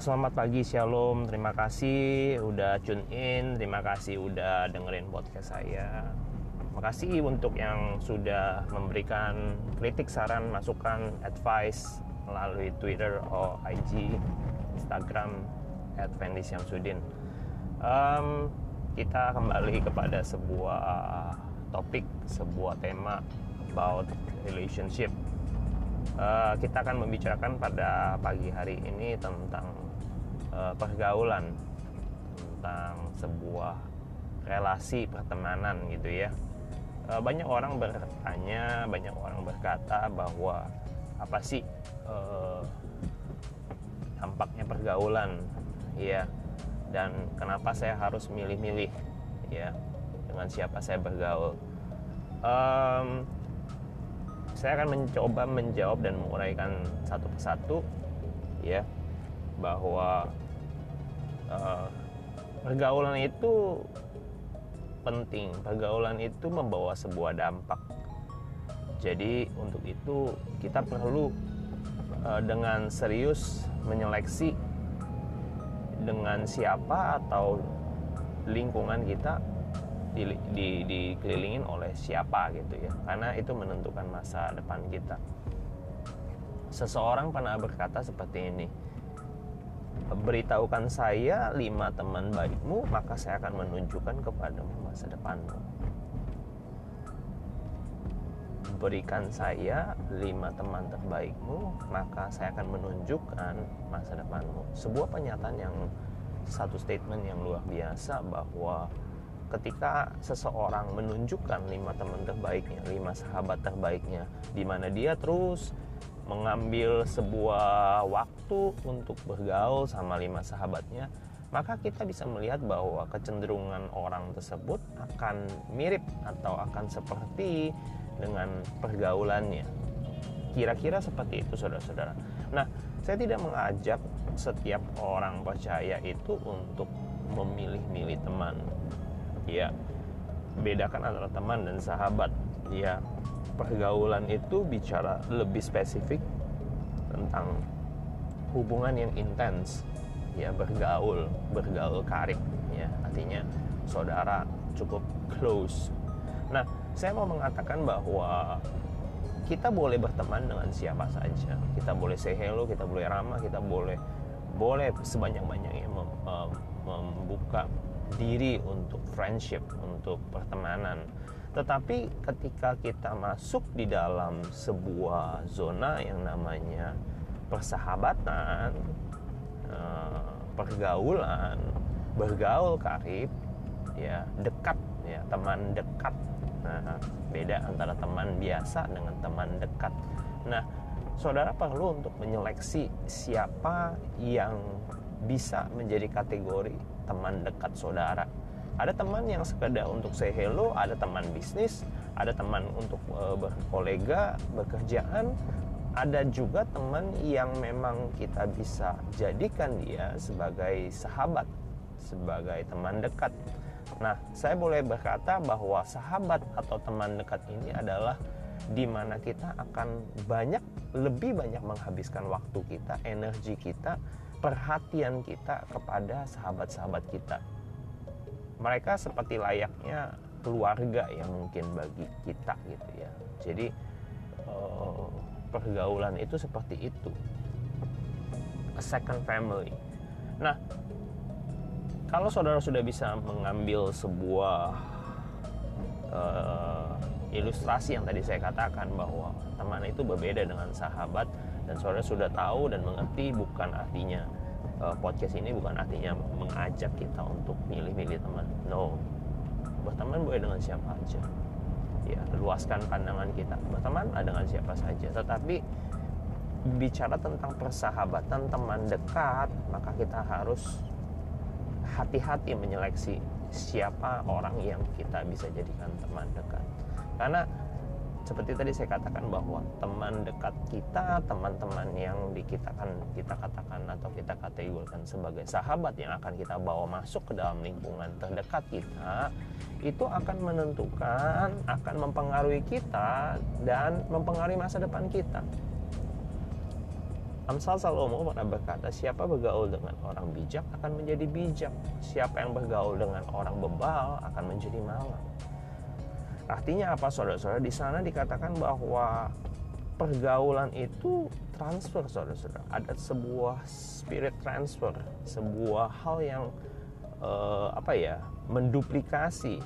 Selamat pagi, shalom. Terima kasih udah tune in, terima kasih udah dengerin podcast saya. Terima kasih untuk yang sudah memberikan kritik, saran, masukan, advice melalui Twitter atau IG, Instagram @Fendi_Syamsuddin. Kita kembali kepada sebuah topik, sebuah tema about relationship. Kita akan membicarakan pada pagi hari ini tentang pergaulan, tentang sebuah relasi pertemanan gitu ya. Banyak orang bertanya, banyak orang berkata bahwa apa sih dampaknya pergaulan ya, dan kenapa saya harus milih-milih ya dengan siapa saya bergaul. Saya akan mencoba menjawab dan menguraikan satu persatu ya, bahwa pergaulan itu penting, pergaulan itu membawa sebuah dampak. Jadi untuk itu kita perlu dengan serius menyeleksi dengan siapa atau lingkungan kita dikelilingin oleh siapa gitu ya, karena itu menentukan masa depan kita. Seseorang pernah berkata seperti ini, beritahukan saya 5 teman baikmu, maka saya akan menunjukkan kepadamu masa depanmu. Berikan saya 5 teman terbaikmu, maka saya akan menunjukkan masa depanmu. Sebuah pernyataan yang, satu statement yang luar biasa, bahwa ketika seseorang menunjukkan 5 teman terbaiknya, 5 sahabat terbaiknya, di mana dia terus mengambil sebuah waktu untuk bergaul sama 5 sahabatnya, maka kita bisa melihat bahwa kecenderungan orang tersebut akan mirip atau akan seperti dengan pergaulannya. Kira-kira seperti itu, saudara-saudara. Nah, saya tidak mengajak setiap orang percaya itu untuk memilih-milih teman. Ya, bedakan antara teman dan sahabat. Ya, pergaulan itu bicara lebih spesifik tentang hubungan yang intens. Ya, bergaul karib. Ya, artinya saudara, cukup close. Nah, saya mau mengatakan bahwa kita boleh berteman dengan siapa saja. Kita boleh say hello, kita boleh ramah, kita boleh sebanyak-banyaknya membuka diri untuk friendship, untuk pertemanan. Tetapi ketika kita masuk di dalam sebuah zona yang namanya persahabatan, pergaulan, bergaul karib, ya, dekat, ya, teman dekat. Nah, beda antara teman biasa dengan teman dekat. Nah, saudara perlu untuk menyeleksi siapa yang bisa menjadi kategori teman dekat saudara. Ada teman yang sekedar untuk say hello, ada teman bisnis, ada teman untuk berkolega, bekerjaan, ada juga teman yang memang kita bisa jadikan dia sebagai sahabat, sebagai teman dekat. Nah, saya boleh berkata bahwa sahabat atau teman dekat ini adalah di mana kita akan lebih banyak menghabiskan waktu kita, energi kita, perhatian kita kepada sahabat-sahabat kita. Mereka seperti layaknya keluarga ya mungkin bagi kita gitu ya. Jadi pergaulan itu seperti itu, a second family. Nah, kalau saudara sudah bisa mengambil sebuah ilustrasi yang tadi saya katakan bahwa teman itu berbeda dengan sahabat, dan saudara sudah tahu dan mengerti, bukan artinya podcast ini bukan artinya mengajak kita untuk milih-milih teman. No, berteman boleh dengan siapa aja. Ya, luaskan pandangan kita, berteman dengan siapa saja. Tetapi bicara tentang persahabatan, teman dekat, maka kita harus hati-hati menyeleksi siapa orang yang kita bisa jadikan teman dekat. Karena seperti tadi saya katakan bahwa teman dekat kita, teman-teman yang kita katakan atau kita kategorikan sebagai sahabat yang akan kita bawa masuk ke dalam lingkungan terdekat kita, itu akan menentukan, akan mempengaruhi kita dan mempengaruhi masa depan kita. Amsal Salomo pernah berkata, siapa bergaul dengan orang bijak akan menjadi bijak, siapa yang bergaul dengan orang bebal akan menjadi malang. Artinya apa, saudara-saudara? Di sana dikatakan bahwa pergaulan itu transfer, saudara-saudara. Ada sebuah spirit transfer, sebuah hal yang menduplikasi.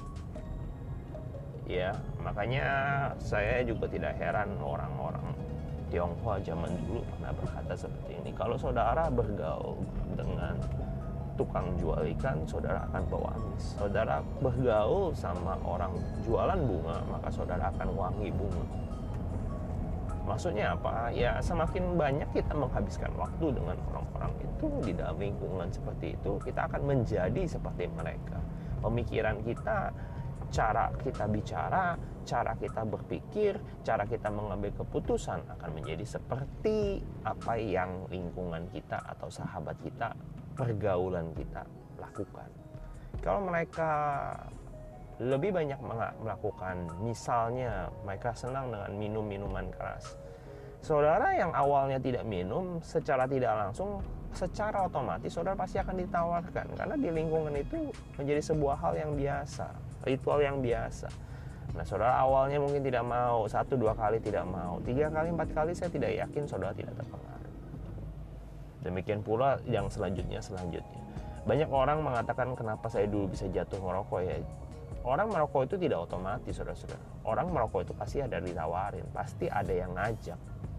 Ya, makanya saya juga tidak heran orang-orang Tionghoa zaman dulu pernah berkata seperti ini. Kalau saudara bergaul dengan tukang jual ikan, saudara akan bawa amis. Saudara bergaul sama orang jualan bunga, maka saudara akan wangi bunga. Maksudnya apa? Ya, semakin banyak kita menghabiskan waktu dengan orang-orang itu di dalam lingkungan seperti itu, kita akan menjadi seperti mereka. Pemikiran kita, cara kita bicara, cara kita berpikir, cara kita mengambil keputusan akan menjadi seperti apa yang lingkungan kita atau sahabat kita, pergaulan kita lakukan. Kalau mereka lebih banyak melakukan, misalnya mereka senang dengan minum minuman keras, saudara yang awalnya tidak minum, secara tidak langsung, secara otomatis saudara pasti akan ditawarkan, karena di lingkungan itu menjadi sebuah hal yang biasa, ritual yang biasa. Nah, saudara awalnya mungkin tidak mau, 1-2 kali tidak mau, 3 kali 4 kali saya tidak yakin saudara tidak terpengaruh. Demikian pula yang selanjutnya. Banyak orang mengatakan, kenapa saya dulu bisa jatuh merokok ya. Orang merokok itu tidak otomatis, saudara-saudara. Orang merokok itu pasti ada ditawarin, pasti ada yang ngajak.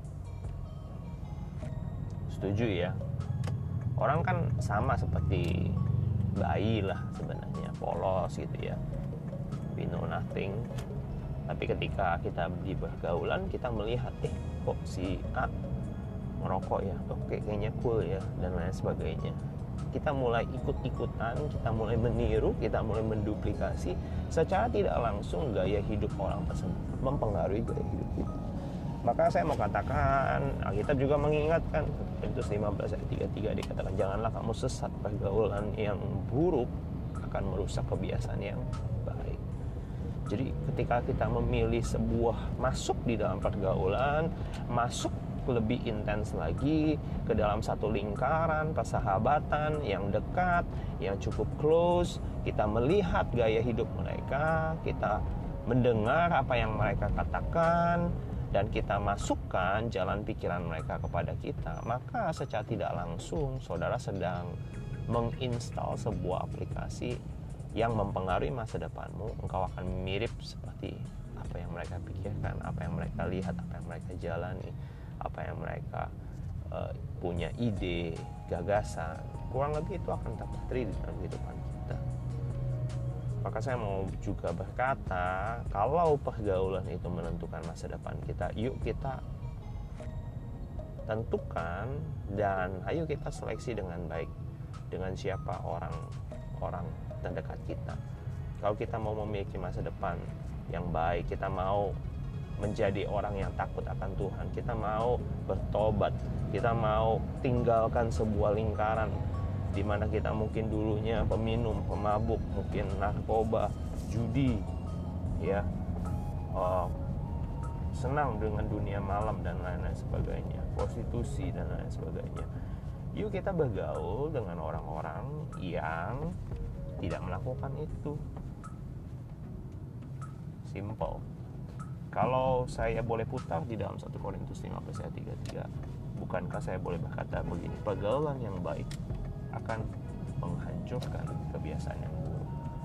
Setuju ya? Orang kan sama seperti bayi lah sebenarnya, polos gitu ya, we know nothing. Tapi ketika kita di pergaulan, kita melihat, kok si A merokok ya, oke, kayaknya cool ya, dan lain sebagainya. Kita mulai ikut-ikutan, kita mulai meniru, kita mulai menduplikasi. Secara tidak langsung gaya hidup orang tersebut mempengaruhi gaya hidup kita. Maka saya mau katakan, Alkitab juga mengingatkan, Korintus 15 ayat 33 dikatakan, janganlah kamu sesat, pergaulan yang buruk akan merusak kebiasaan yang baik. Jadi ketika kita memilih sebuah masuk di dalam pergaulan, masuk lebih intens lagi ke dalam satu lingkaran persahabatan yang dekat, yang cukup close, kita melihat gaya hidup mereka, kita mendengar apa yang mereka katakan, dan kita masukkan jalan pikiran mereka kepada kita, maka secara tidak langsung saudara sedang menginstal sebuah aplikasi yang mempengaruhi masa depanmu. Engkau akan mirip seperti apa yang mereka pikirkan, apa yang mereka lihat, apa yang mereka jalani, apa yang mereka punya ide, gagasan. Kurang lebih itu akan terpatri di dalam kehidupan kita. Maka saya mau juga berkata, kalau pergaulan itu menentukan masa depan kita, yuk kita tentukan dan ayo kita seleksi dengan baik dengan siapa orang terdekat kita. Kalau kita mau memiliki masa depan yang baik, kita mau menjadi orang yang takut akan Tuhan, kita mau bertobat, kita mau tinggalkan sebuah lingkaran di mana kita mungkin dulunya peminum, pemabuk, mungkin narkoba, judi, ya, senang dengan dunia malam dan lain-lain sebagainya, prostitusi dan lain sebagainya. Yuk kita bergaul dengan orang-orang yang tidak melakukan itu. Simple. Kalau saya boleh putar di dalam 1 Korintus 15 ayat 33, bukankah saya boleh berkata begini, pergaulan yang baik akan menghancurkan kebiasaan yang buruk.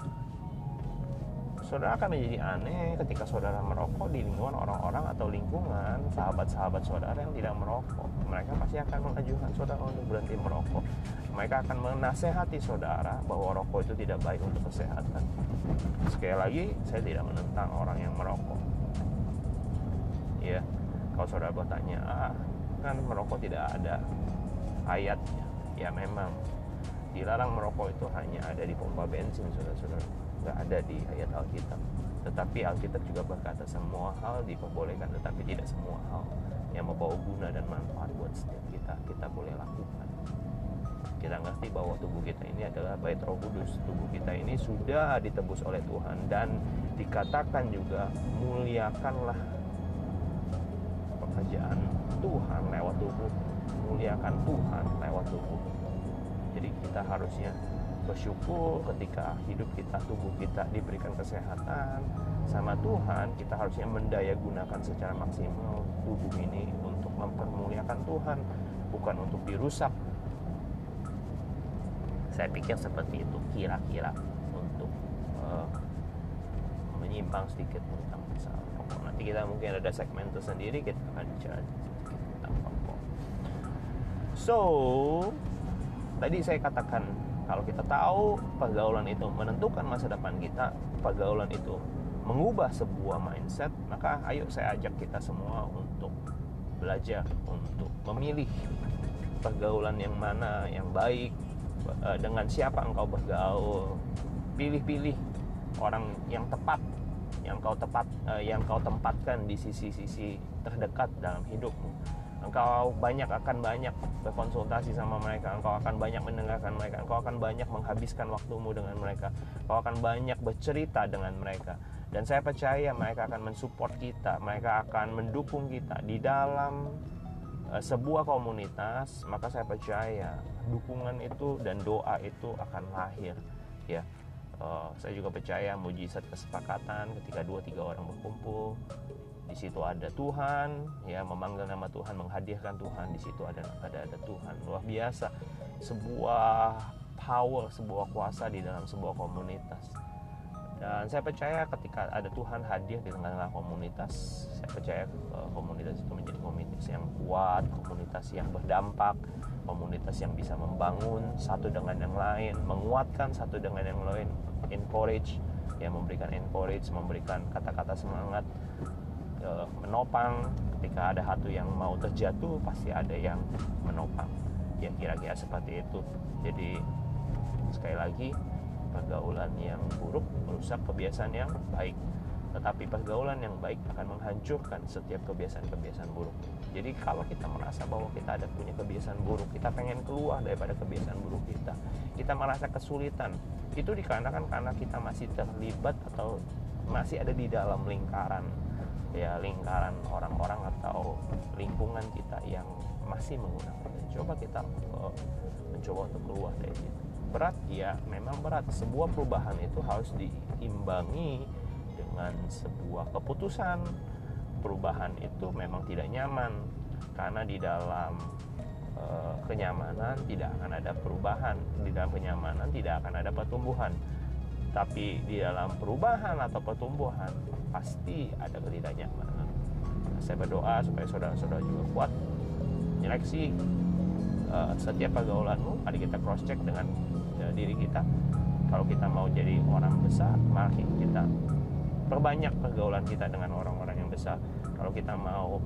Saudara akan menjadi aneh ketika saudara merokok di lingkungan orang-orang atau lingkungan sahabat-sahabat saudara yang tidak merokok. Mereka pasti akan mengajukan saudara untuk berhenti merokok. Mereka akan menasehati saudara bahwa rokok itu tidak baik untuk kesehatan. Sekali lagi, saya tidak menentang orang yang merokok. Ya, kalau saudara bertanya, kan merokok tidak ada ayatnya. Ya memang, dilarang merokok itu hanya ada di pompa bensin, saudara-saudara. Nggak ada di ayat Alkitab. Tetapi Alkitab juga berkata semua hal diperbolehkan, tetapi tidak semua hal yang membawa guna dan manfaat buat setiap kita boleh lakukan. Kita ngerti bahwa tubuh kita ini adalah bait Roh Kudus. Tubuh kita ini sudah ditebus oleh Tuhan, dan dikatakan juga muliakanlah pekerjaan Tuhan lewat tubuh. memuliakan Tuhan lewat tubuh. Jadi kita harusnya bersyukur ketika hidup kita, tubuh kita diberikan kesehatan sama Tuhan. Kita harusnya mendaya gunakan secara maksimal tubuh ini untuk mempermuliakan Tuhan, bukan untuk dirusak. Saya pikir seperti itu kira-kira, untuk menyimpang sedikit tentang masalah rokok. Nanti kita mungkin ada segmen tersendiri, kita akan bicara sedikit tentang rokok. So, tadi saya katakan, kalau kita tahu pergaulan itu menentukan masa depan kita, pergaulan itu mengubah sebuah mindset, maka ayo saya ajak kita semua untuk belajar, untuk memilih pergaulan yang mana yang baik, dengan siapa engkau bergaul. Pilih-pilih orang yang tepat, yang kau tempatkan di sisi-sisi terdekat dalam hidupmu. Engkau akan banyak berkonsultasi sama mereka, engkau akan banyak mendengarkan mereka, engkau akan banyak menghabiskan waktumu dengan mereka, engkau akan banyak bercerita dengan mereka. Dan saya percaya mereka akan mensupport kita, mereka akan mendukung kita di dalam sebuah komunitas. Maka saya percaya dukungan itu dan doa itu akan lahir, ya. Saya juga percaya mujizat kesepakatan ketika 2-3 orang berkumpul, di situ ada Tuhan, ya, memanggil nama Tuhan, menghadirkan Tuhan, di situ ada Tuhan. Luar biasa, sebuah power, sebuah kuasa di dalam sebuah komunitas. Dan saya percaya ketika ada Tuhan hadir di tengah-tengah komunitas, saya percaya komunitas itu menjadi komunitas yang kuat, komunitas yang berdampak, komunitas yang bisa membangun satu dengan yang lain, menguatkan satu dengan yang lain, encourage, ya, memberikan encourage, memberikan kata-kata semangat, menopang. Ketika ada satu yang mau terjatuh, pasti ada yang menopang, ya, kira-kira seperti itu. Jadi sekali lagi, pergaulan yang buruk merusak kebiasaan yang baik, tetapi pergaulan yang baik akan menghancurkan setiap kebiasaan-kebiasaan buruk. Jadi kalau kita merasa bahwa kita ada punya kebiasaan buruk, kita pengen keluar daripada kebiasaan buruk kita merasa kesulitan, itu dikarenakan karena kita masih terlibat atau masih ada di dalam lingkaran orang-orang atau lingkungan kita yang masih menggunakan. Coba kita mencoba untuk keluar dari situ. Berat, ya, memang berat. Sebuah perubahan itu harus diimbangi dengan sebuah keputusan. Perubahan itu memang tidak nyaman, karena di dalam kenyamanan tidak akan ada perubahan, di dalam kenyamanan tidak akan ada pertumbuhan. Tapi di dalam perubahan atau pertumbuhan pasti ada ketidaknyamanan. Saya berdoa supaya saudara-saudara juga kuat menyeleksi setiap pergaulanmu. Mari kita cross check dengan diri kita. Kalau kita mau jadi orang besar, mari kita perbanyak pergaulan kita dengan orang-orang yang besar. Kalau kita mau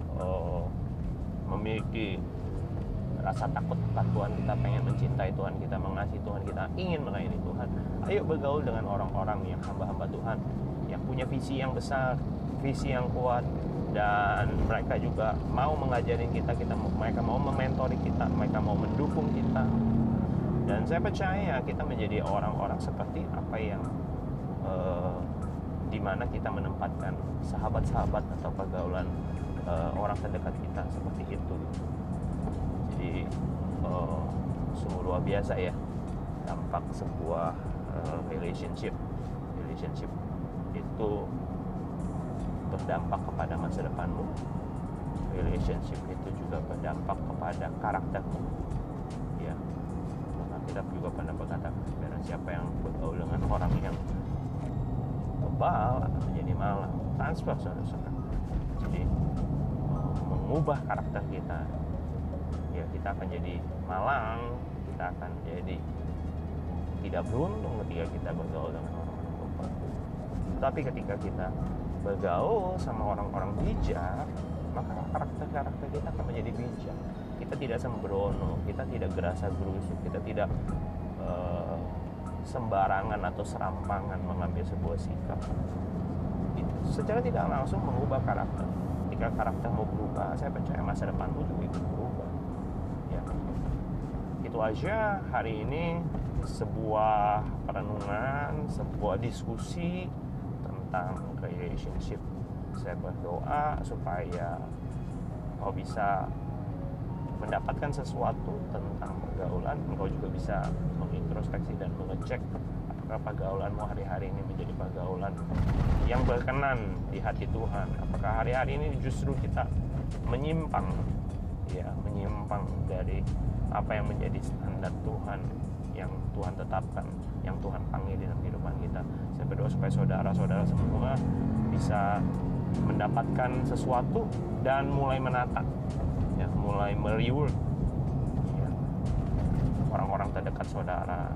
memiliki rasa takut akan Tuhan, kita pengen mencintai Tuhan, kita mengasihi Tuhan, kita ingin melayani Tuhan, ayo bergaul dengan orang-orang yang hamba-hamba Tuhan, yang punya visi yang besar, visi yang kuat, dan mereka juga mau mengajarin kita, mereka mau mementori kita, mereka mau mendukung kita. Dan saya percaya kita menjadi orang-orang seperti apa yang di mana kita menempatkan sahabat-sahabat atau pergaulan orang terdekat kita seperti itu. Jadi sungguh luar biasa, ya, dampak sebuah relationship itu berdampak kepada masa depanmu. Relationship itu juga berdampak kepada karaktermu, ya. Maka kita juga pernah berkata, karena siapa yang bergaul dengan orang yang bebal akan menjadi malang. Transfer, saudara-saudara. Jadi mengubah karakter kita, ya, kita akan jadi malang, kita akan jadi tidak beruntung ketika kita bergaul dengan orang-orang bebal. Tapi ketika kita bergaul sama orang-orang bijak, maka karakter kita akan menjadi bijak. Kita tidak sembrono, kita tidak gerasa gerusuk, kita tidak sembarangan atau serampangan mengambil sebuah sikap. Itu secara tidak langsung mengubah karakter. Ketika karaktermu berubah, saya percaya masa depanmu juga ikut berubah, ya. Itu aja hari ini, sebuah perenungan, sebuah diskusi tentang relationship. Saya berdoa supaya kau bisa mendapatkan sesuatu tentang pergaulan, engkau juga bisa mengintrospeksi dan mengecek apakah pergaulanmu hari-hari ini menjadi pergaulan yang berkenan di hati Tuhan. Apakah hari-hari ini justru kita menyimpang dari apa yang menjadi standar Tuhan yang Tuhan tetapkan, yang Tuhan panggil dalam kehidupan kita. Saya berdoa supaya saudara-saudara semua bisa mendapatkan sesuatu dan mulai menata, mulai mereward orang-orang terdekat saudara,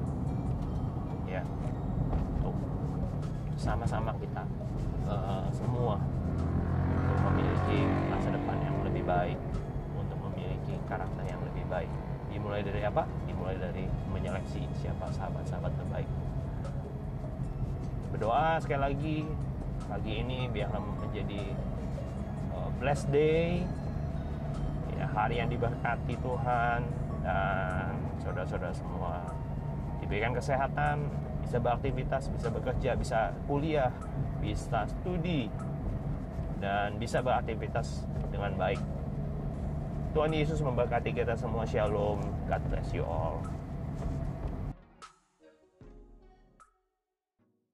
untuk sama-sama kita semua untuk memiliki masa depan yang lebih baik, untuk memiliki karakter yang lebih baik. Dimulai dari apa? Dimulai dari menyeleksi siapa sahabat-sahabat terbaik. Berdoa sekali lagi, pagi ini biarlah menjadi blessed day, hari yang diberkati Tuhan, dan saudara-saudara semua diberikan kesehatan, bisa beraktivitas, bisa bekerja, bisa kuliah, bisa studi, dan bisa beraktivitas dengan baik. Tuhan Yesus memberkati kita semua. Shalom. God bless you all.